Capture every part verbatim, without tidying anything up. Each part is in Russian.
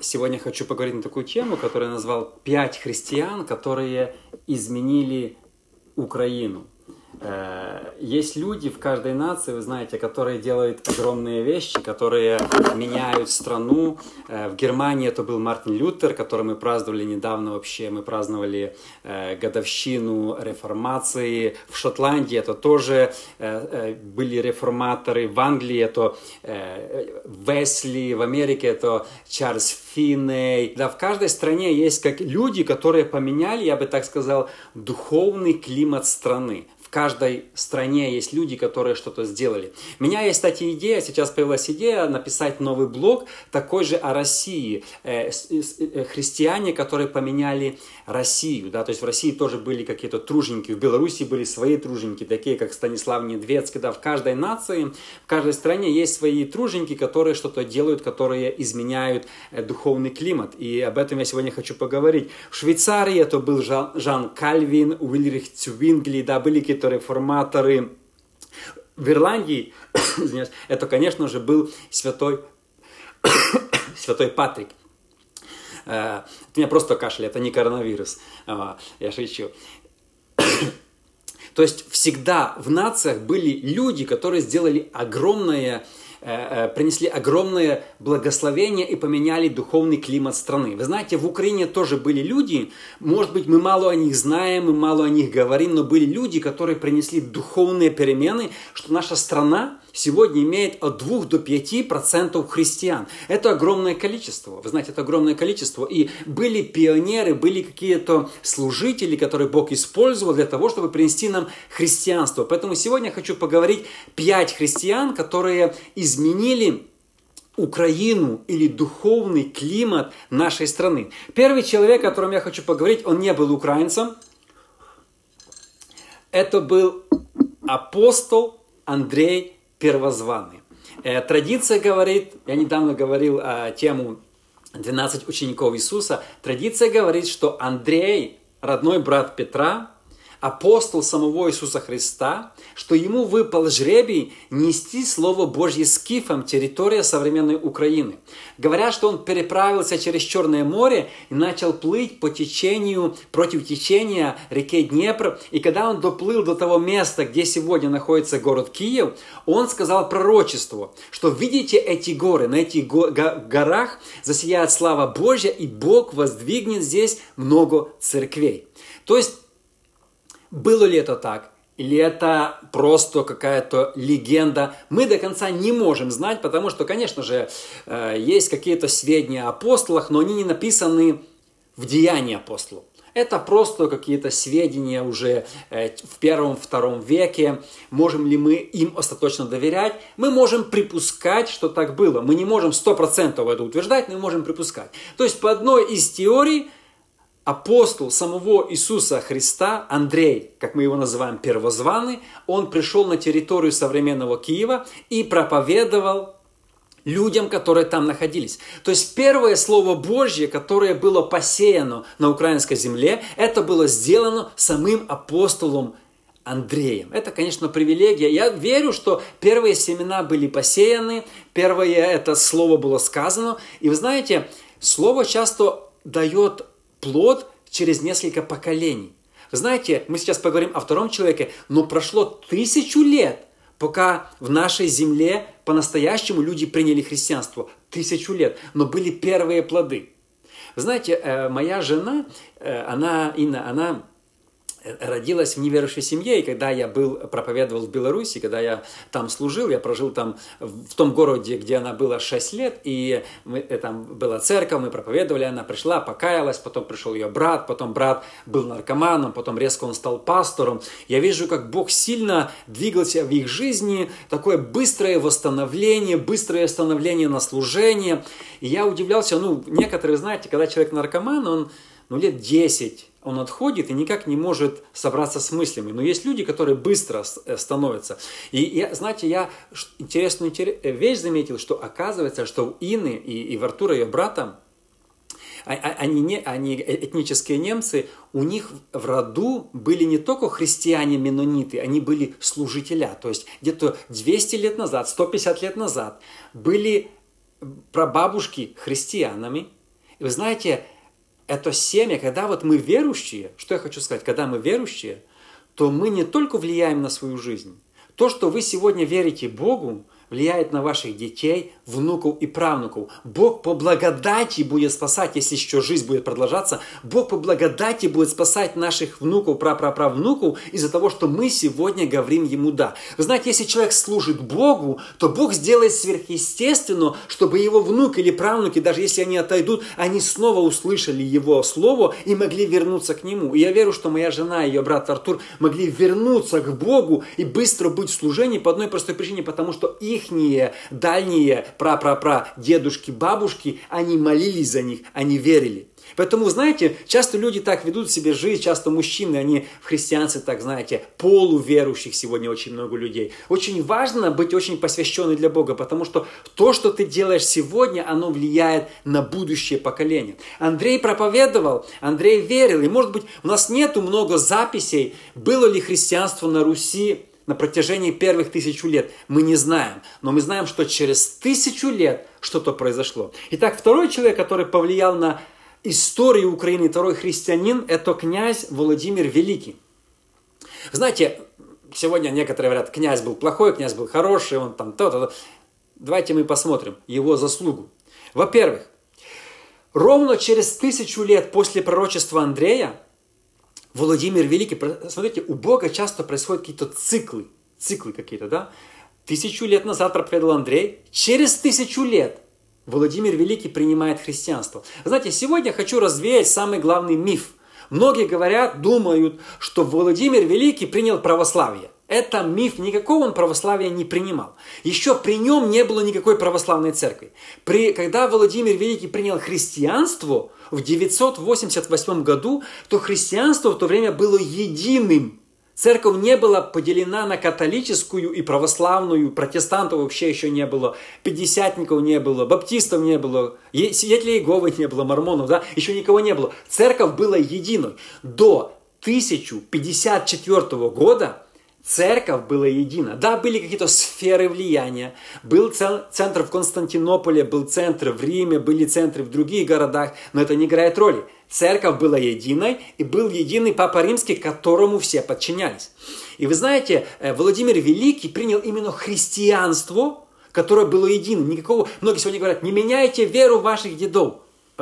сегодня хочу поговорить на такую тему, которую я назвал «Пять христиан, которые изменили Украину». Есть люди в каждой нации, вы знаете, которые делают огромные вещи, которые меняют страну. В Германии это был Мартин Лютер, который мы праздновали недавно вообще. Мы праздновали годовщину реформации. В Шотландии это тоже были реформаторы. В Англии это Весли, в Америке это Чарльз Финней. Да, в каждой стране есть как люди, которые поменяли, я бы так сказал, духовный климат страны. В каждой стране есть люди, которые что-то сделали. У меня есть, кстати, идея, сейчас появилась идея написать новый блог, такой же о России. Христиане, которые поменяли Россию. Да? То есть в России тоже были какие-то труженики, в Беларуси были свои труженики, такие как Станислав Недвецкий. Да? В каждой нации, в каждой стране есть свои труженики, которые что-то делают, которые изменяют духовный климат. И об этом я сегодня хочу поговорить. В Швейцарии это был Жан, Жан Кальвин, Ульрих Цвингли, да, были какие-то реформаторы. В Ирландии, это, конечно же, был святой, святой Патрик. Это у меня просто кашель, это не коронавирус. Я шучу. То есть всегда в нациях были люди, которые сделали огромное, принесли огромное благословение и поменяли духовный климат страны. Вы знаете, в Украине тоже были люди, может быть, мы мало о них знаем, мы мало о них говорим, но были люди, которые принесли духовные перемены, что наша страна сегодня имеет от двух до пяти процентов христиан. Это огромное количество, вы знаете, это огромное количество. И были пионеры, были какие-то служители, которые Бог использовал для того, чтобы принести нам христианство. Поэтому сегодня я хочу поговорить пять христиан, которые изменили Украину или духовный климат нашей страны. Первый человек, о котором я хочу поговорить, он не был украинцем. Это был апостол Андрей Первозванный. Традиция говорит, я недавно говорил о тему двенадцать учеников Иисуса, традиция говорит, что Андрей, родной брат Петра, апостол самого Иисуса Христа, что ему выпал жребий нести Слово Божье скифам, территория современной Украины. Говорят, что он переправился через Черное море и начал плыть по течению, против течения реки Днепр. И когда он доплыл до того места, где сегодня находится город Киев, он сказал пророчество, что видите эти горы, на этих горах засияет слава Божья, и Бог воздвигнет здесь много церквей. То есть, было ли это так? Или это просто какая-то легенда? Мы до конца не можем знать, потому что, конечно же, есть какие-то сведения о апостолах, но они не написаны в Деянии апостолов. Это просто какие-то сведения уже в первом-втором веке. Можем ли мы им остаточно доверять? Мы можем припускать, что так было. Мы не можем сто процентов это утверждать, но мы можем припускать. То есть, по одной из теорий, апостол самого Иисуса Христа, Андрей, как мы его называем, Первозванный, он пришел на территорию современного Киева и проповедовал людям, которые там находились. То есть первое Слово Божье, которое было посеяно на украинской земле, это было сделано самим апостолом Андреем. Это, конечно, привилегия. Я верю, что первые семена были посеяны, первое это слово было сказано. И вы знаете, слово часто дает плод через несколько поколений. Вы знаете, мы сейчас поговорим о втором человеке, но прошло тысячу лет, пока в нашей земле по-настоящему люди приняли христианство. Тысячу лет. Но были первые плоды. Вы знаете, моя жена, она, Инна, она родилась в неверующей семье, и когда я был, проповедовал в Беларуси, когда я там служил, я прожил там в том городе, где она была шесть лет, и мы, там была церковь, мы проповедовали, она пришла, покаялась, потом пришел ее брат, потом брат был наркоманом, потом резко он стал пастором. Я вижу, как Бог сильно двигался в их жизни, такое быстрое восстановление, быстрое становление на служение. И я удивлялся, ну, некоторые, знаете, когда человек наркоман, он ну, лет десять, он отходит и никак не может собраться с мыслями. Но есть люди, которые быстро становятся. И, я, знаете, я интересную вещь заметил, что оказывается, что у Инны и, и в Артура, ее брата, они, не, они этнические немцы, у них в роду были не только христиане-менониты, они были служителя. То есть где-то двести лет назад, сто пятьдесят лет назад были прабабушки христианами, И вы знаете, это семя, когда вот мы верующие, что я хочу сказать, когда мы верующие, то мы не только влияем на свою жизнь. То, что вы сегодня верите Богу, влияет на ваших детей, внуков и правнуков. Бог по благодати будет спасать, если еще жизнь будет продолжаться. Бог по благодати будет спасать наших внуков, прапраправнуков из-за того, что мы сегодня говорим Ему «да». Вы знаете, если человек служит Богу, то Бог сделает сверхъестественно, чтобы его внук или правнуки, даже если они отойдут, они снова услышали Его Слово и могли вернуться к Нему. И я верю, что моя жена и ее брат Артур могли вернуться к Богу и быстро быть в служении по одной простой причине, потому что их Ихние дальние пра-пра-пра дедушки, бабушки, они молились за них, они верили. Поэтому, знаете, часто люди так ведут себе жизнь, часто мужчины, они в христианстве, так знаете, полуверующих сегодня очень много людей. Очень важно быть очень посвященным для Бога, потому что то, что ты делаешь сегодня, оно влияет на будущее поколение. Андрей проповедовал, Андрей верил, и может быть у нас нету много записей, было ли христианство на Руси на протяжении первых тысячу лет, мы не знаем. Но мы знаем, что через тысячу лет что-то произошло. Итак, второй человек, который повлиял на историю Украины, второй христианин, это князь Владимир Великий. Знаете, сегодня некоторые говорят, князь был плохой, князь был хороший, он там то-то. Давайте мы посмотрим его заслугу. Во-первых, ровно через тысячу лет после пророчества Андрея, Владимир Великий, смотрите, у Бога часто происходят какие-то циклы, циклы какие-то, да? Тысячу лет назад проповедовал Андрей, через тысячу лет Владимир Великий принимает христианство. Знаете, сегодня я хочу развеять самый главный миф. Многие говорят, думают, что Владимир Великий принял православие. Это миф, никакого он православия не принимал. Еще при нем не было никакой православной церкви. При, когда Владимир Великий принял христианство в девятьсот восемьдесят восьмом году, то христианство в то время было единым. Церковь не была поделена на католическую и православную, протестантов вообще еще не было, пятидесятников не было, баптистов не было, свидетелей Иеговы не было, мормонов, да, еще никого не было. Церковь была единой. До тысяча пятьдесят четвёртого года церковь была едина. Да, были какие-то сферы влияния. Был центр в Константинополе, был центр в Риме, были центры в других городах, но это не играет роли. Церковь была единой, и был единый Папа Римский, которому все подчинялись. И вы знаете, Владимир Великий принял именно христианство, которое было единым. Никакого, многие сегодня говорят, не меняйте веру ваших дедов.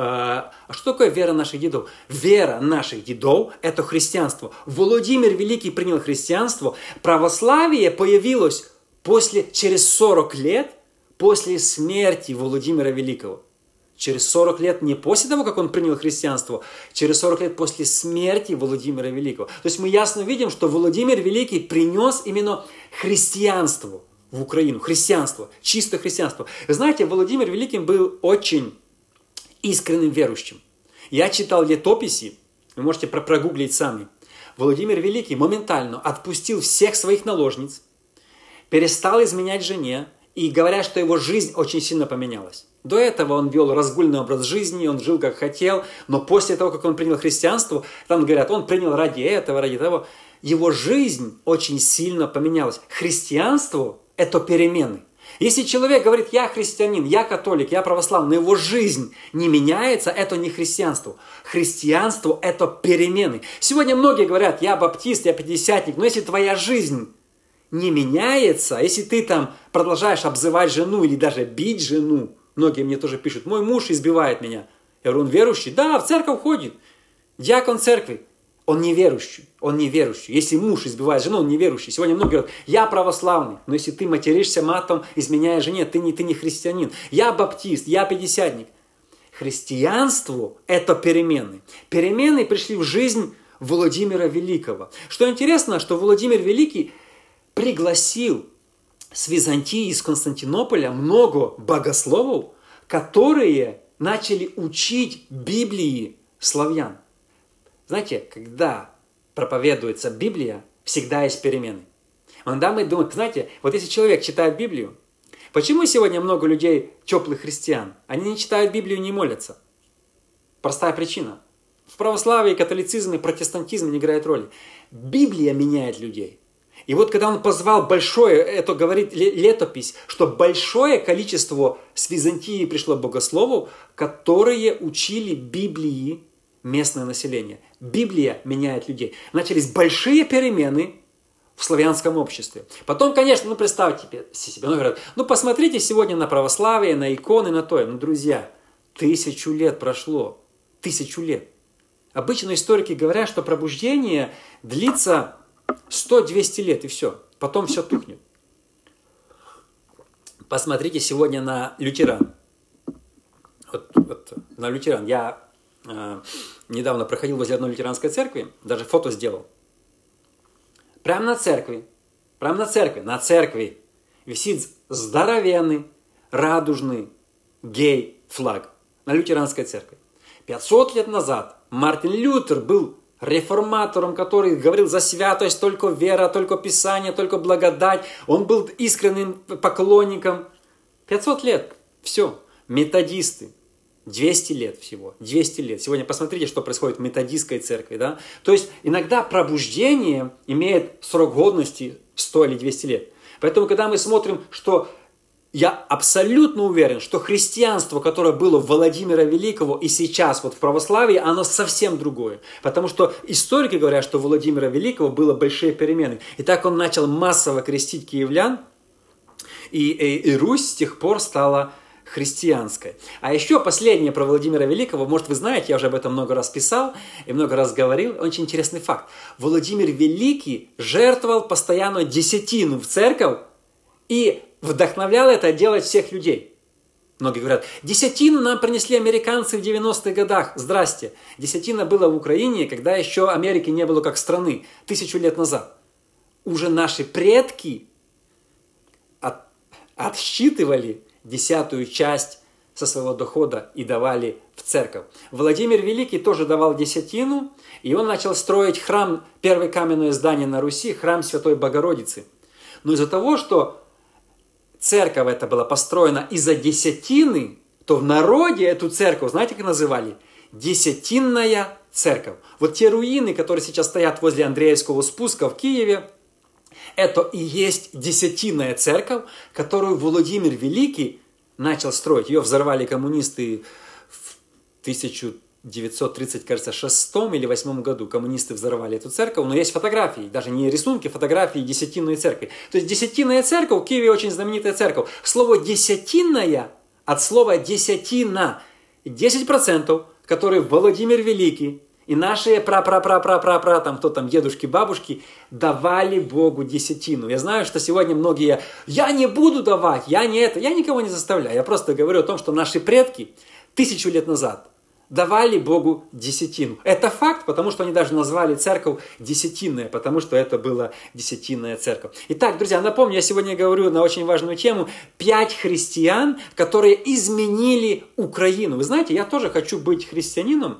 А что такое вера наших дедов? Вера наших дедов – это христианство. Владимир Великий принял христианство. Православие появилось после, через сорок лет после смерти Владимира Великого. Через сорок лет не после того, как он принял христианство, через сорок лет после смерти Владимира Великого. То есть мы ясно видим, что Владимир Великий принес именно христианство в Украину. Христианство, чисто христианство. Вы знаете, Владимир Великий был очень искренним верующим. Я читал летописи, вы можете прогуглить сами. Владимир Великий моментально отпустил всех своих наложниц, перестал изменять жене, и говорят, что его жизнь очень сильно поменялась. До этого он вел разгульный образ жизни, он жил как хотел, но после того, как он принял христианство, там говорят, он принял ради этого, ради того, его жизнь очень сильно поменялась. Христианство – это перемены. Если человек говорит, я христианин, я католик, я православный, но его жизнь не меняется, это не христианство. Христианство – это перемены. Сегодня многие говорят, я баптист, я пятидесятник, но если твоя жизнь не меняется, если ты там продолжаешь обзывать жену или даже бить жену, многие мне тоже пишут, мой муж избивает меня. Я говорю, он верующий? Да, в церковь ходит. Диакон церкви. Он неверующий, он неверующий. Если муж избивает жену, он неверующий. Сегодня многие говорят, я православный, но если ты материшься матом, изменяя жене, ты не, ты не христианин. Я баптист, я пятидесятник. Христианство – это перемены. Перемены пришли в жизнь Владимира Великого. Что интересно, что Владимир Великий пригласил с Византии, из Константинополя много богословов, которые начали учить Библии славян. Знаете, когда проповедуется Библия, всегда есть перемены. Иногда мы думаем, знаете, вот если человек читает Библию, почему сегодня много людей теплых христиан? Они не читают Библию, не молятся. Простая причина. В православии, католицизме, протестантизме не играет роли. Библия меняет людей. И вот когда он позвал большое, это говорит летопись, что большое количество с Византии пришло богословов, которые учили Библии местное население. Библия меняет людей. Начались большие перемены в славянском обществе. Потом, конечно, ну представьте себе, ну говорят, ну посмотрите сегодня на православие, на иконы, на то. Ну, друзья, тысячу лет прошло. Тысячу лет. Обычно историки говорят, что пробуждение длится сто-двести лет, и все. Потом все тухнет. Посмотрите сегодня на лютеран. Вот, вот, на лютеран. Я э, недавно проходил возле одной лютеранской церкви, даже фото сделал. Прямо на церкви, прямо на церкви, на церкви висит здоровенный, радужный гей-флаг на лютеранской церкви. пятьсот лет назад Мартин Лютер был реформатором, который говорил за святость, только вера, только Писание, только благодать. Он был искренним поклонником. пятьсот лет. Все. Методисты. двести лет всего. двести лет. Сегодня посмотрите, что происходит в методистской церкви. Да? То есть иногда пробуждение имеет срок годности сто или двести лет. Поэтому, когда мы смотрим, что я абсолютно уверен, что христианство, которое было в Владимира Великого и сейчас вот в православии, оно совсем другое. Потому что историки говорят, что у Владимира Великого было большие перемены. И так он начал массово крестить киевлян, и, и, и Русь с тех пор стала христианской. А еще последнее про Владимира Великого, может вы знаете, я уже об этом много раз писал и много раз говорил, очень интересный факт. Владимир Великий жертвовал постоянно десятину в церковь и вдохновлял это делать всех людей. Многие говорят, десятину нам принесли американцы в девяностых годах. Здрасте. Десятина была в Украине, когда еще Америки не было как страны, тысячу лет назад. Уже наши предки от, отсчитывали десятую часть со своего дохода и давали в церковь. Владимир Великий тоже давал десятину, и он начал строить храм, первое каменное здание на Руси, храм Святой Богородицы. Но из-за того, что церковь эта была построена из-за десятины, то в народе эту церковь, знаете, как называли? Десятинная церковь. Вот те руины, которые сейчас стоят возле Андреевского спуска в Киеве, это и есть десятинная церковь, которую Владимир Великий начал строить. Ее взорвали коммунисты в тысяча девятьсот тридцать шестом или восьмом году. Коммунисты взорвали эту церковь, но есть фотографии, даже не рисунки, фотографии десятинной церкви. То есть десятинная церковь, в Киеве очень знаменитая церковь. Слово десятинная от слова десятина. десять процентов, которые Владимир Великий и наши пра-пра-пра-пра-пра-пра, там кто там, дедушки, бабушки, давали Богу десятину. Я знаю, что сегодня многие, я не буду давать, я не это, я никого не заставляю. Я просто говорю о том, что наши предки тысячу лет назад давали Богу десятину. Это факт, потому что они даже назвали церковь десятинная, потому что это была десятинная церковь. Итак, друзья, напомню, я сегодня говорю на очень важную тему. Пять христиан, которые изменили Украину. Вы знаете, я тоже хочу быть христианином.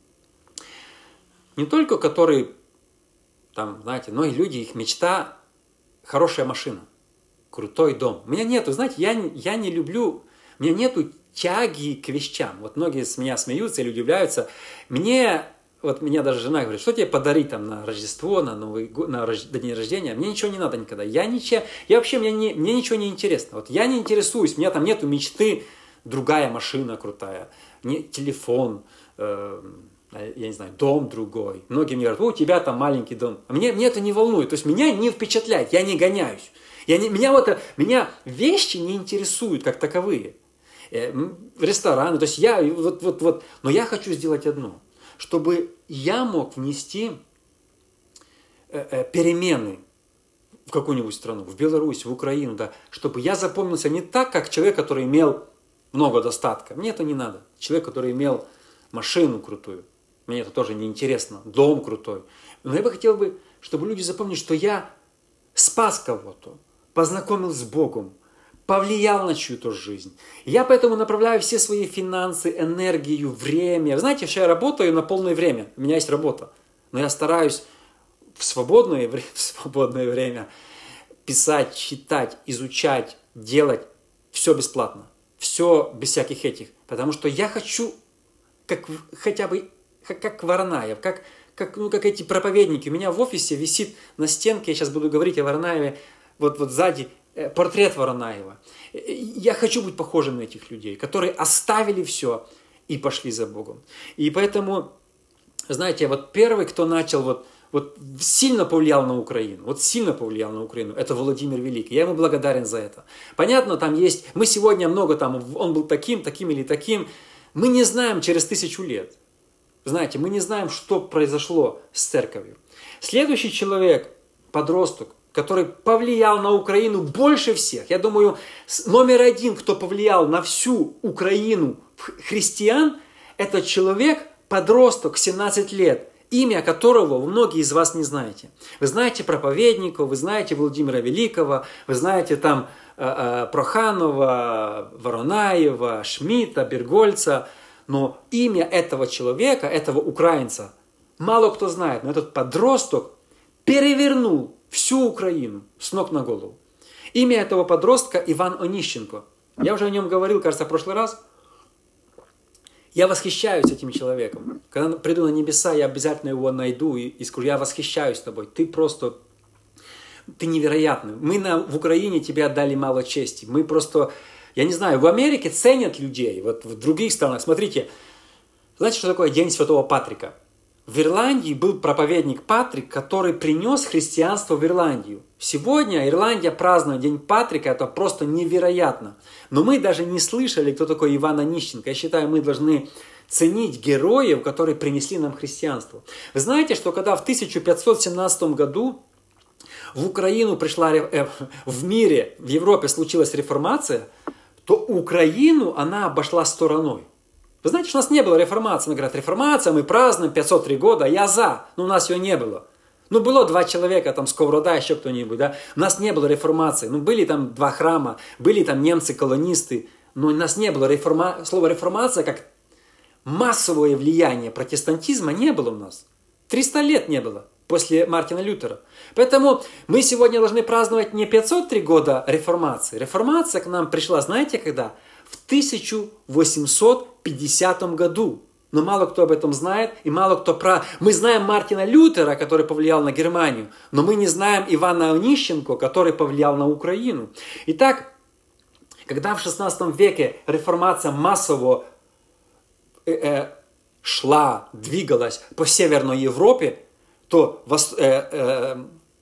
Не только которые, там, знаете, но и люди, их мечта – хорошая машина, крутой дом. У меня нету, знаете, я, я не люблю, у меня нету тяги к вещам. Вот многие с меня смеются или удивляются. Мне, вот меня даже жена говорит, что тебе подарить там на Рождество, на Новый год, на рож... день рождения. Мне ничего не надо никогда. Я, ничего, я вообще, мне, не, мне ничего не интересно. Вот я не интересуюсь, у меня там нету мечты, другая машина крутая, не, телефон, э, я не знаю, дом другой. Многие мне говорят, у тебя там маленький дом. А мне, мне это не волнует. То есть меня не впечатляет, я не гоняюсь. Я не, меня, вот, меня вещи не интересуют как таковые. Рестораны, то есть я вот, вот, вот, но я хочу сделать одно, чтобы я мог внести э, э, перемены в какую-нибудь страну, в Беларусь, в Украину, да, чтобы я запомнился не так, как человек, который имел много достатка. Мне это не надо. Человек, который имел машину крутую, мне это тоже не интересно, дом крутой. Но я бы хотел бы, чтобы люди запомнили, что я спас кого-то, познакомил с Богом, повлиял на чью-то жизнь. Я поэтому направляю все свои финансы, энергию, время. Вы знаете, что я работаю на полное время. У меня есть работа. Но я стараюсь в свободное, в свободное время писать, читать, изучать, делать все бесплатно. Все без всяких этих. Потому что я хочу, как, хотя бы как, как Воронаев, как, как, ну, как эти проповедники. У меня в офисе висит на стенке, я сейчас буду говорить о Воронаеве, вот, вот сзади э, портрет Воронаева. Я хочу быть похожим на этих людей, которые оставили все и пошли за Богом. И поэтому, знаете, вот первый, кто начал, вот, вот сильно повлиял на Украину, вот сильно повлиял на Украину, это Владимир Великий. Я ему благодарен за это. Понятно, там есть, мы сегодня много там, он был таким, таким или таким. Мы не знаем через тысячу лет. Знаете, мы не знаем, что произошло с церковью. Следующий человек, подросток, который повлиял на Украину больше всех. Я думаю, номер один, кто повлиял на всю Украину христиан, это человек, подросток, семнадцать лет, имя которого многие из вас не знаете. Вы знаете проповедников, вы знаете Владимира Великого, вы знаете там Проханова, Воронаева, Шмидта, Бергольца. Но имя этого человека, этого украинца, мало кто знает. Но этот подросток перевернул всю Украину с ног на голову. Имя этого подростка Иван Онищенко. Я уже о нем говорил, кажется, в прошлый раз. Я восхищаюсь этим человеком. Когда приду на небеса, я обязательно его найду и, и скажу, я восхищаюсь тобой. Ты просто, ты невероятный. Мы на, в Украине тебе отдали мало чести. Мы просто, я не знаю, в Америке ценят людей, вот в других странах. Смотрите, знаете, что такое День Святого Патрика? В Ирландии был проповедник Патрик, который принес христианство в Ирландию. Сегодня Ирландия празднует День Патрика, это просто невероятно. Но мы даже не слышали, кто такой Иван Онищенко. Я считаю, мы должны ценить героев, которые принесли нам христианство. Вы знаете, что когда в тысяча пятьсот семнадцатом году в Украину пришла, э, в мире, в Европе случилась реформация, то Украину она обошла стороной. Вы знаете, что у нас не было реформации. Мы говорят, реформация, мы празднуем пятьсот три года, я за. Но у нас ее не было. Ну, было два человека, там, Сковорода, еще кто-нибудь, да. У нас не было реформации. Ну, были там два храма, были там немцы-колонисты. Но у нас не было реформа... Слово реформация, как массовое влияние протестантизма, не было у нас. триста лет не было после Мартина Лютера. Поэтому мы сегодня должны праздновать не пятьсот три года реформации. Реформация к нам пришла, знаете, когда? В тысяча восемьсот пятидесятом году. Но мало кто об этом знает, и мало кто про... Мы знаем Мартина Лютера, который повлиял на Германию, но мы не знаем Ивана Онищенко, который повлиял на Украину. Итак, когда в шестнадцатом веке реформация массово э, э, шла, двигалась по Северной Европе, то э, э,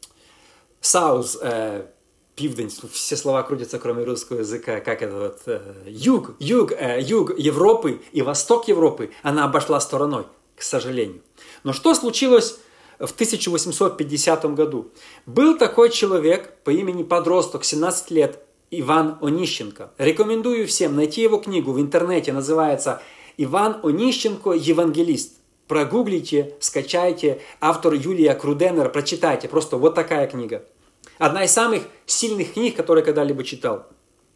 South, э, Південь, все слова крутятся, кроме русского языка, как это вот, э, юг, юг, э, юг Европы и восток Европы, она обошла стороной, к сожалению. Но что случилось в тысяча восемьсот пятидесятом году? Был такой человек по имени подросток, семнадцать лет, Иван Онищенко. Рекомендую всем найти его книгу в интернете, называется «Иван Онищенко. Евангелист». Прогуглите, скачайте, автор Юлия Круденер, прочитайте, просто вот такая книга. Одна из самых сильных книг, которые я когда-либо читал.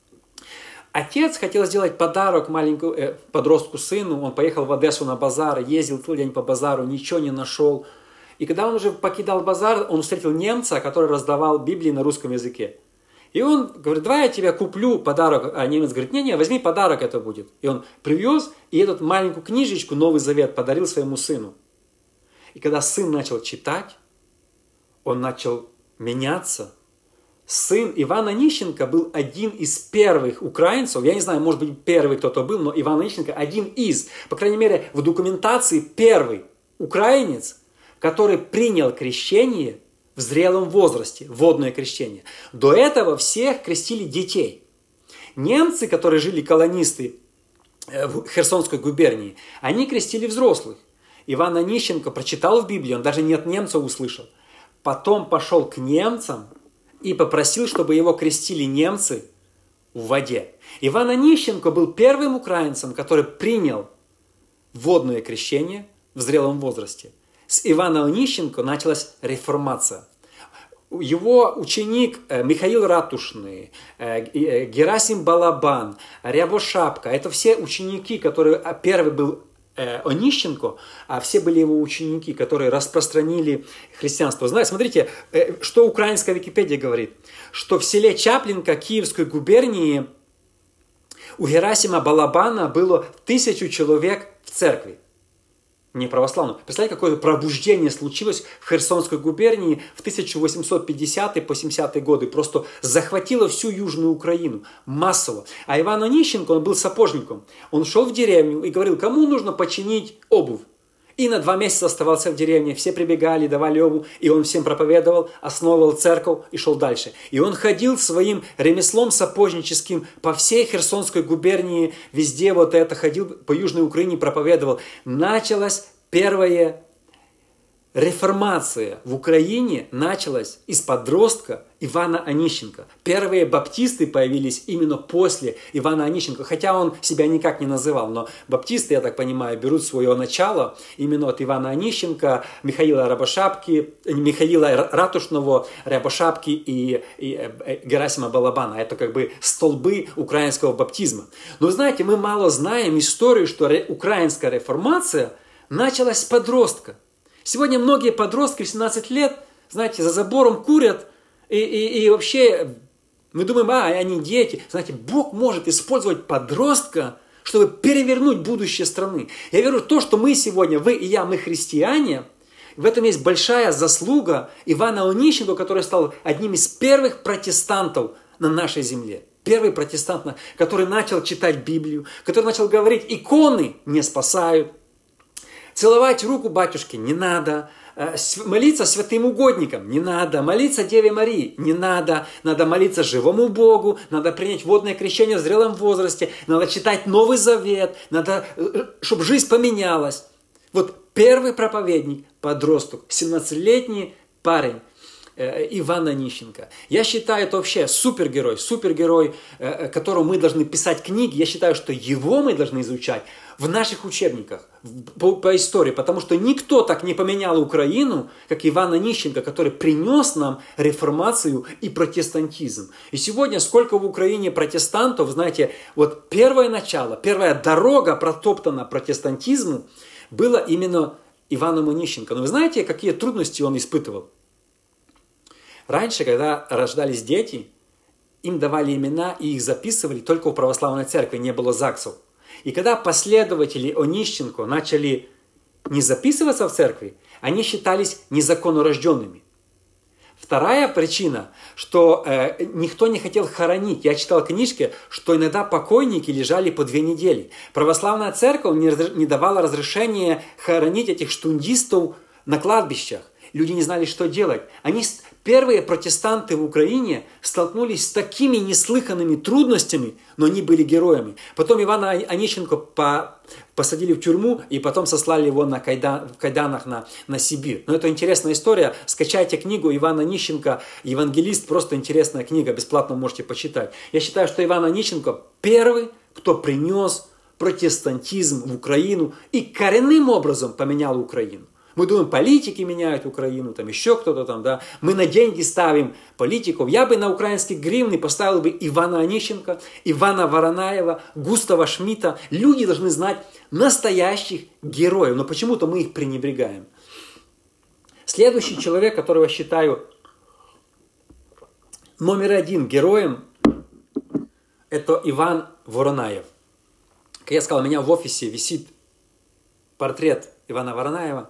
Отец хотел сделать подарок маленькому э, подростку сыну. Он поехал в Одессу на базар, ездил целый день по базару, ничего не нашел. И когда он уже покидал базар, он встретил немца, который раздавал Библии на русском языке. И он говорит, давай я тебе куплю подарок. А немец говорит, не-не, возьми подарок, это будет. И он привез и эту маленькую книжечку Новый Завет подарил своему сыну. И когда сын начал читать, он начал меняться. Сын Ивана Онищенко был один из первых украинцев, я не знаю, может быть, первый кто-то был, но Иван Онищенко один из, по крайней мере, в документации первый украинец, который принял крещение в зрелом возрасте, водное крещение. До этого всех крестили детей. Немцы, которые жили, колонисты в Херсонской губернии, они крестили взрослых. Иван Онищенко прочитал в Библии, он даже не от немца услышал. Потом пошел к немцам и попросил, чтобы его крестили немцы в воде. Иван Онищенко был первым украинцем, который принял водное крещение в зрелом возрасте. С Ивана Онищенко началась реформация. Его ученик Михаил Ратушный, Герасим Балабан, Рябо Шапка, это все ученики, которые первый был Онищенко, а все были его ученики, которые распространили христианство. Знаете, смотрите, что украинская Википедия говорит, что в селе Чаплинка Киевской губернии у Герасима Балабана было тысячу человек в церкви. не православную. Представляете, какое пробуждение случилось в Херсонской губернии в тысяча восемьсот пятидесятые по семидесятые годы. Просто захватило всю Южную Украину массово. А Иван Онищенко, он был сапожником. Он шел в деревню и говорил, кому нужно починить обувь. И на два месяца оставался в деревне. Все прибегали, давали обувь. И он всем проповедовал, основывал церковь и шел дальше. И он ходил своим ремеслом сапожническим по всей Херсонской губернии. Везде вот это ходил, по Южной Украине проповедовал. Началась первая реформация в Украине, началась из подростка Ивана Онищенко. Первые баптисты появились именно после Ивана Онищенко, хотя он себя никак не называл, но баптисты, я так понимаю, берут свое начало именно от Ивана Онищенко, Михаила Рябошапки, Михаила Ратушного, Рябошапки и, и Герасима Балабана. Это как бы столбы украинского баптизма. Но знаете, мы мало знаем историю, что украинская реформация началась с подростка. Сегодня многие подростки в семнадцать лет, знаете, за забором курят, и, и, и вообще мы думаем, а, они дети. Знаете, Бог может использовать подростка, чтобы перевернуть будущее страны. Я верю в то, что мы сегодня, вы и я, мы христиане, в этом есть большая заслуга Ивана Онищенко, который стал одним из первых протестантов на нашей земле. Первый протестант, который начал читать Библию, который начал говорить, иконы не спасают. Целовать руку батюшке не надо, молиться святым угодникам не надо, молиться Деве Марии не надо, надо молиться живому Богу, надо принять водное крещение в зрелом возрасте, надо читать Новый Завет, надо, чтобы жизнь поменялась. Вот первый проповедник, подросток, семнадцатилетний парень, Иван Онищенко. Я считаю, это вообще супергерой, супергерой, которому мы должны писать книги. Я считаю, что его мы должны изучать в наших учебниках по, по истории, потому что никто так не поменял Украину, как Иван Онищенко, который принес нам реформацию и протестантизм. И сегодня сколько в Украине протестантов, знаете, вот первое начало, первая дорога протоптана протестантизму была именно Иваном Онищенко. Но вы знаете, какие трудности он испытывал? Раньше, когда рождались дети, им давали имена и их записывали только в православной церкви, не было ЗАГСов. И когда последователи Онищенко начали не записываться в церкви, они считались незаконнорожденными. Вторая причина, что э, никто не хотел хоронить. Я читал книжки, что иногда покойники лежали по две недели. Православная церковь не, не давала разрешения хоронить этих штундистов на кладбищах. Люди не знали, что делать. Они, первые протестанты в Украине столкнулись с такими неслыханными трудностями, но они были героями. Потом Ивана Онищенко по, посадили в тюрьму и потом сослали его на кайдан, в кайданах на, на Сибирь. Но это интересная история. Скачайте книгу Ивана Онищенко, «Евангелист», просто интересная книга, бесплатно можете почитать. Я считаю, что Иван Онищенко первый, кто принес протестантизм в Украину и коренным образом поменял Украину. Мы думаем, политики меняют Украину, там еще кто-то там, да. Мы на деньги ставим политиков. Я бы на украинские гривны поставил бы Ивана Онищенко, Ивана Воронаева, Густава Шмидта. Люди должны знать настоящих героев, но почему-то мы их пренебрегаем. Следующий человек, которого я считаю номер один героем, это Иван Воронаев. Как я сказал, у меня в офисе висит портрет Ивана Воронаева.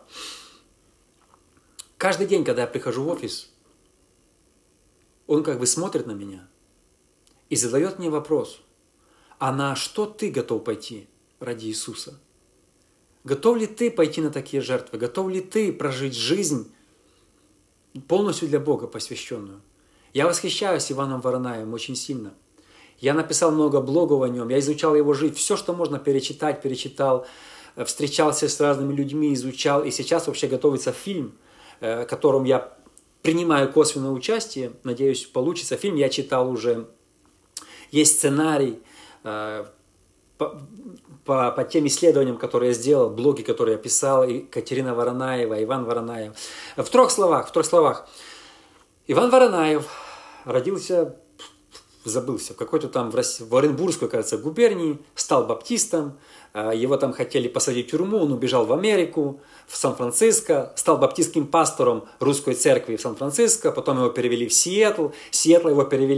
Каждый день, когда я прихожу в офис, он как бы смотрит на меня и задает мне вопрос, а на что ты готов пойти ради Иисуса? Готов ли ты пойти на такие жертвы? Готов ли ты прожить жизнь полностью для Бога посвященную? Я восхищаюсь Иваном Воронаевым очень сильно. Я написал много блогов о нем, я изучал его жизнь, все, что можно перечитать, перечитал, встречался с разными людьми, изучал, и сейчас вообще готовится фильм, в котором я принимаю косвенное участие, надеюсь, получится фильм, я читал уже, есть сценарий по, по, по тем исследованиям, которые я сделал, блоги, которые я писал, и Катерина Воронаева, Иван Воронаев. В трех словах, в трех словах. Иван Воронаев родился, забылся, в какой-то там в, России, в Оренбургской, кажется, губернии, стал баптистом, его там хотели посадить в тюрьму, он убежал в Америку, в Сан-Франциско, стал баптистским пастором русской церкви в Сан-Франциско, потом его перевели в Сиэтл, с Сиэтла его перевели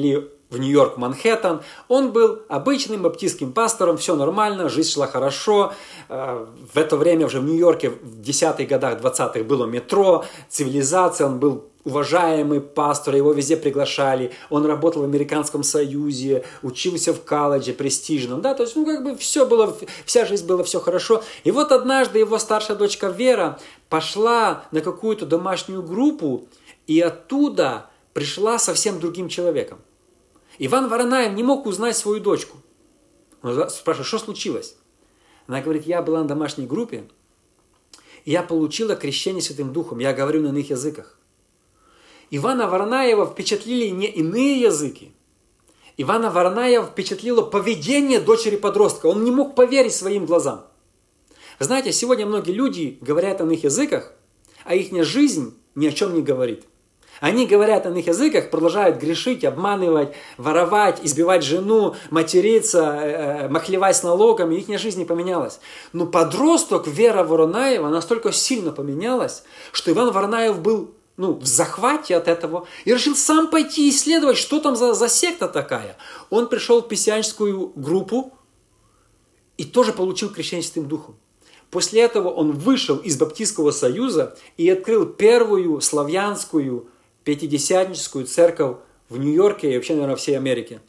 в Нью-Йорк, Манхэттен. Он был обычным баптистским пастором, все нормально, жизнь шла хорошо. В это время уже в Нью-Йорке в десятых годах, двадцатых было метро, цивилизация, он был уважаемый пастор, его везде приглашали. Он работал в Американском Союзе, учился в колледже престижном. Да, то есть, ну, как бы все было, вся жизнь была, все хорошо. И вот однажды его старшая дочка Вера пошла на какую-то домашнюю группу, и оттуда пришла совсем другим человеком. Иван Воронаев не мог узнать свою дочку. Он спрашивает, что случилось? Она говорит, я была на домашней группе, и я получила крещение Святым Духом, я говорю на иных языках. Ивана Воронаева впечатлили не иные языки. Ивана Воронаева впечатлило поведение дочери-подростка. Он не мог поверить своим глазам. Вы знаете, сегодня многие люди говорят на иных языках, а их жизнь ни о чем не говорит. Они говорят на иных языках, продолжают грешить, обманывать, воровать, избивать жену, материться, э, махлевать с налогами. Их жизнь не поменялась. Но подросток Вера Воронаева настолько сильно поменялась, что Иван Воронаев был ну, в захвате от этого и решил сам пойти исследовать, что там за, за секта такая. Он пришел в пессианскую группу и тоже получил крещение Святым Духом. После этого он вышел из Баптистского союза и открыл первую славянскую пятидесятническую церковь в Нью-Йорке и вообще, наверное, всей Америке.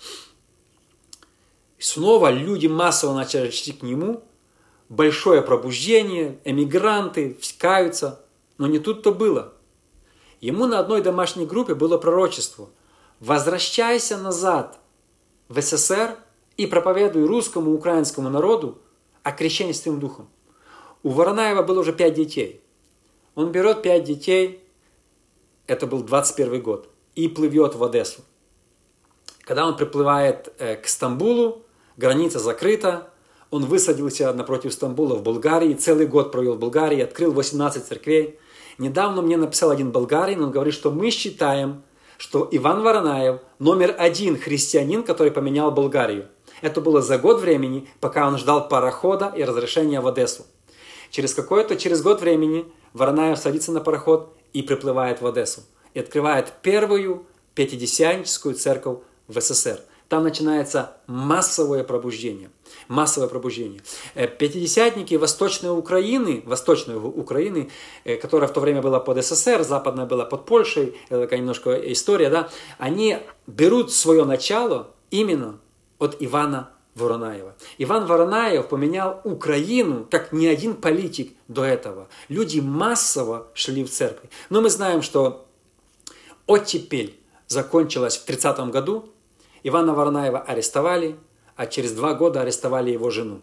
И снова люди массово начали идти к нему. Большое пробуждение, эмигранты каются. Но не тут-то было. Ему на одной домашней группе было пророчество. Возвращайся назад в СССР и проповедуй русскому, украинскому народу о крещении Святым Духом. У Воронаева было уже пять детей. Он берет пять детей, это был двадцать первый год, и плывет в Одессу. Когда он приплывает к Стамбулу, граница закрыта, он высадился напротив Стамбула в Болгарии, целый год провел в Болгарии, открыл восемнадцать церквей. Недавно мне написал один болгарин, он говорит, что мы считаем, что Иван Воронаев номер один христианин, который поменял Болгарию. Это было за год времени, пока он ждал парохода и разрешения в Одессу. Через какое-то, через год времени Воронаев садится на пароход и приплывает в Одессу. И открывает первую пятидесятническую церковь в СССР. Там начинается массовое пробуждение. Массовое пробуждение. Пятидесятники Восточной Украины, Восточной Украины, которая в то время была под СССР, западная была под Польшей, это такая немножко история, да, они берут свое начало именно от Ивана Воронаева. Иван Воронаев поменял Украину, как ни один политик до этого. Люди массово шли в церковь. Но мы знаем, что оттепель закончилась в тридцатом году. Ивана Воронаева арестовали, а через два года арестовали его жену.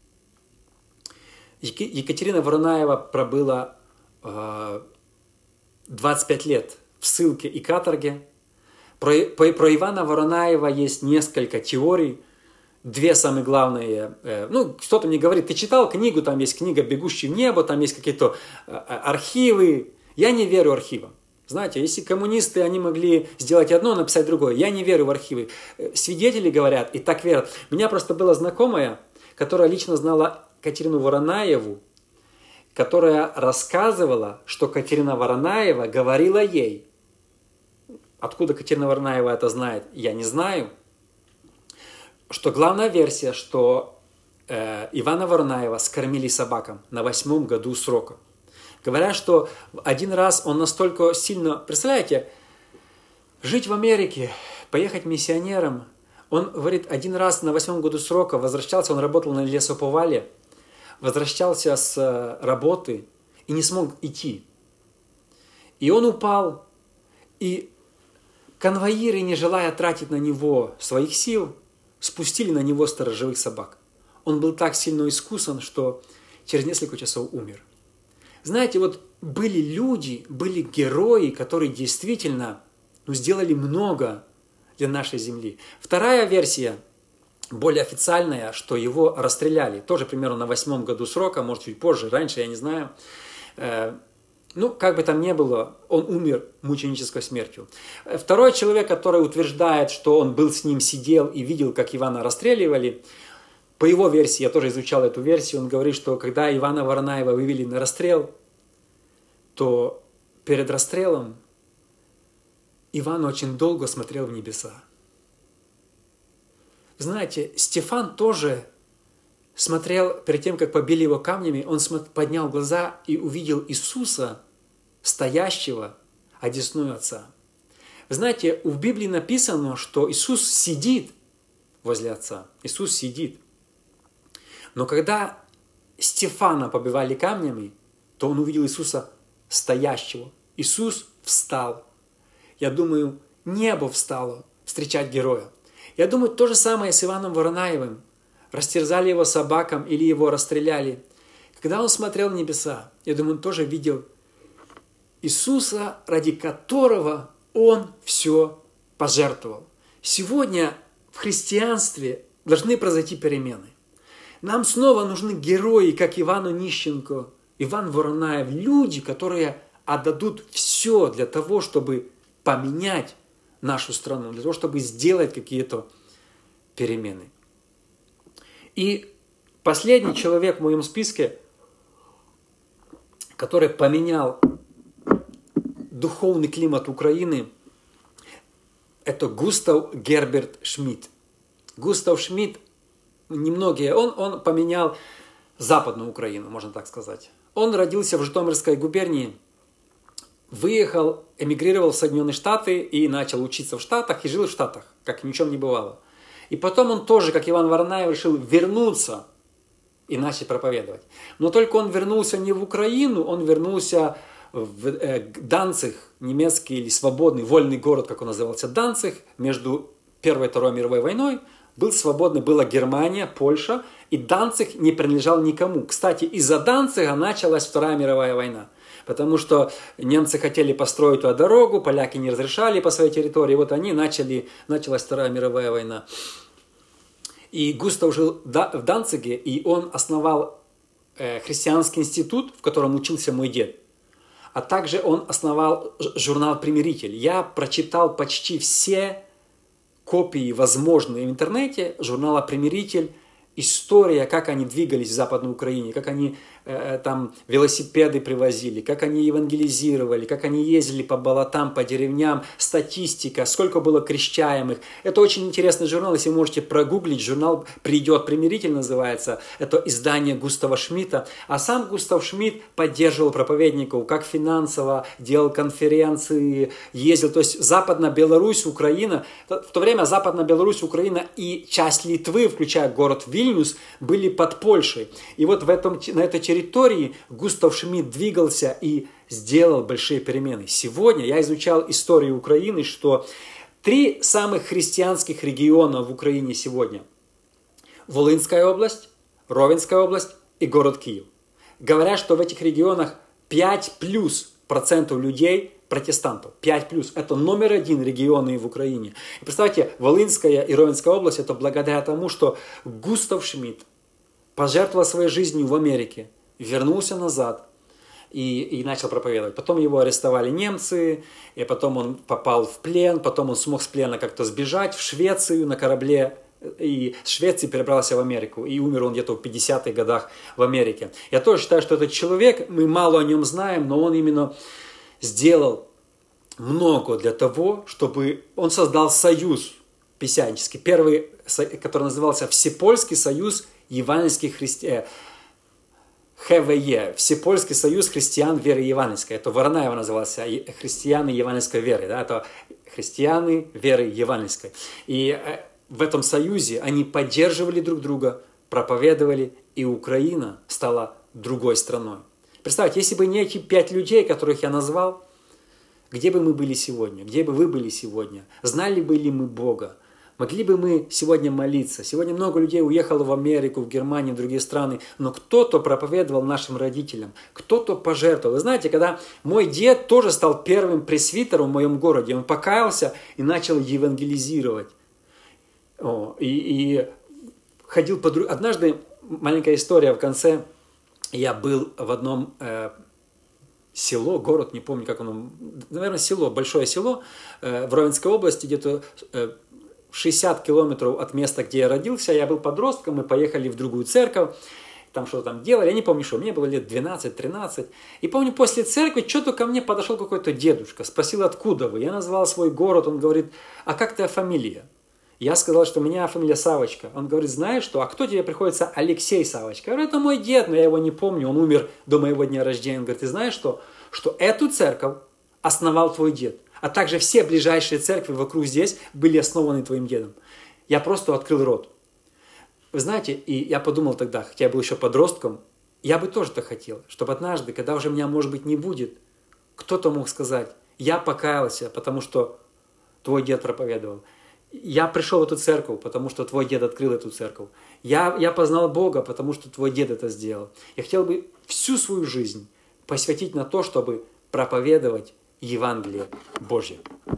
Екатерина Воронаева пробыла э, двадцать пять лет в ссылке и каторге. Про, про, про Ивана Воронаева есть несколько теорий. Две самые главные. Э, ну, кто-то мне говорит, ты читал книгу, там есть книга «Бегущий в небо», там есть какие-то э, архивы. Я не верю архивам. Знаете, если коммунисты, они могли сделать одно, написать другое. Я не верю в архивы. Свидетели говорят и так верят. У меня просто была знакомая, которая лично знала Катерину Воронаеву, которая рассказывала, что Катерина Воронаева говорила ей. Откуда Катерина Воронаева это знает, я не знаю. Что главная версия, что э, Ивана Воронаева скормили собакам на восьмом году срока. Говорят, что один раз он настолько сильно... Представляете, жить в Америке, поехать миссионером. Он, говорит, один раз на восьмом году срока возвращался, он работал на лесоповале, возвращался с работы и не смог идти. И он упал, и конвоиры, не желая тратить на него своих сил, спустили на него сторожевых собак. Он был так сильно искусан, что через несколько часов умер. Знаете, вот были люди, были герои, которые действительно ну, сделали много для нашей земли. Вторая версия, более официальная, что его расстреляли. Тоже примерно на восьмом году срока, может чуть позже, раньше, я не знаю. Ну, как бы там ни было, он умер мученической смертью. Второй человек, который утверждает, что он был с ним, сидел и видел, как Ивана расстреливали, по его версии, я тоже изучал эту версию, он говорит, что когда Ивана Воронаева вывели на расстрел, то перед расстрелом Иван очень долго смотрел в небеса. знаете, Стефан тоже смотрел, перед тем, как побили его камнями, он поднял глаза и увидел Иисуса, стоящего одесную Отца. Вы знаете, в Библии написано, что Иисус сидит возле Отца. Иисус сидит. Но когда Стефана побивали камнями, то он увидел Иисуса стоящего. Иисус встал. Я думаю, небо встало встречать героя. Я думаю, то же самое с Иваном Воронаевым. Растерзали его собакам или его расстреляли. Когда он смотрел в небеса, я думаю, он тоже видел Иисуса, ради которого он все пожертвовал. Сегодня в христианстве должны произойти перемены. Нам снова нужны герои, как Иван Онищенко, Иван Воронаев, люди, которые отдадут все для того, чтобы поменять нашу страну, для того, чтобы сделать какие-то перемены. И последний человек в моем списке, который поменял духовный климат Украины, это Густав Герберт Шмидт. Густав Шмидт, немногие, он, он поменял Западную Украину, можно так сказать. Он родился в Житомирской губернии, выехал, эмигрировал в Соединенные Штаты и начал учиться в Штатах, и жил в Штатах, как ни в чем не бывало. И потом он тоже, как Иван Воронаев, решил вернуться и начать проповедовать. Но только он вернулся не в Украину, он вернулся в э, Данциг, немецкий или свободный, вольный город, как он назывался, Данциг, между Первой и Второй мировой войной. Был свободный, была Германия, Польша, и Данциг не принадлежал никому. Кстати, из-за Данцига началась Вторая мировая война. Потому что немцы хотели построить туда дорогу, поляки не разрешали по своей территории. Вот они начали, началась Вторая мировая война. И Густав жил в Данциге, и он основал христианский институт, в котором учился мой дед. А также он основал журнал «Примиритель». Я прочитал почти все копии, возможные в интернете, журнала «Примиритель». История, как они двигались в Западной Украине, как они э, там велосипеды привозили, как они евангелизировали, как они ездили по болотам, по деревням, статистика, сколько было крещаемых. Это очень интересный журнал, если вы можете прогуглить, журнал «Придет примиритель» называется, это издание Густава Шмидта. А сам Густав Шмидт поддерживал проповедников, как финансово, делал конференции, ездил, то есть Западная Беларусь, Украина, в то время Западная Беларусь, Украина и часть Литвы, включая город Вильнюс, были под Польшей. И вот в этом, на этой территории Густав Шмидт двигался и сделал большие перемены. Сегодня я изучал историю Украины, что три самых христианских региона в Украине сегодня. Волынская область, Ровенская область и город Киев. Говорят, что в этих регионах пять плюс процентов людей протестантов. пять плюс. Это номер один регионы в Украине. И представьте, Волынская и Ровенская область, это благодаря тому, что Густав Шмидт пожертвовал своей жизнью в Америке, вернулся назад и, и начал проповедовать. Потом его арестовали немцы, и потом он попал в плен, потом он смог с плена как-то сбежать в Швецию на корабле, и с Швеции перебрался в Америку, и умер он где-то в пятидесятых годах в Америке. Я тоже считаю, что этот человек, мы мало о нем знаем, но он именно сделал много для того, чтобы он создал союз писянческий, первый, который назывался Всепольский союз евангельских христиан, ХВЕ, Всепольский союз христиан веры евангельской. Это Воронаева назывался, христианы евангельской веры, да, это христианы веры евангельской. И в этом союзе они поддерживали друг друга, проповедовали, и Украина стала другой страной. Представьте, если бы не эти пять людей, которых я назвал, где бы мы были сегодня? Где бы вы были сегодня? Знали бы ли мы Бога? Могли бы мы сегодня молиться? Сегодня много людей уехало в Америку, в Германию, в другие страны, но кто-то проповедовал нашим родителям, кто-то пожертвовал. Вы знаете, когда мой дед тоже стал первым пресвитером в моем городе, он покаялся и начал евангелизировать. О, и, и ходил по друг... Однажды, маленькая история в конце, я был в одном э, село, город, не помню, как оно, наверное, село, большое село э, в Ровенской области, где-то э, шестьдесят километров от места, где я родился. Я был подростком, мы поехали в другую церковь, там что-то там делали, я не помню, что, мне было лет двенадцать-тринадцать. И помню, после церкви что-то ко мне подошел какой-то дедушка, спросил, откуда вы. Я назвал свой город, он говорит, а как твоя фамилия? Я сказал, что у меня фамилия Савочка. Он говорит, знаешь что, а кто тебе приходится Алексей Савочка? Я говорю, это мой дед, но я его не помню, он умер до моего дня рождения. Он говорит, ты знаешь что, что эту церковь основал твой дед, а также все ближайшие церкви вокруг здесь были основаны твоим дедом. Я просто открыл рот. Вы знаете, и я подумал тогда, хотя я был еще подростком, я бы тоже так хотел, чтобы однажды, когда уже меня, может быть, не будет, кто-то мог сказать, я покаялся, потому что твой дед проповедовал. Я пришел в эту церковь, потому что твой дед открыл эту церковь. Я, я познал Бога, потому что твой дед это сделал. Я хотел бы всю свою жизнь посвятить на то, чтобы проповедовать Евангелие Божье.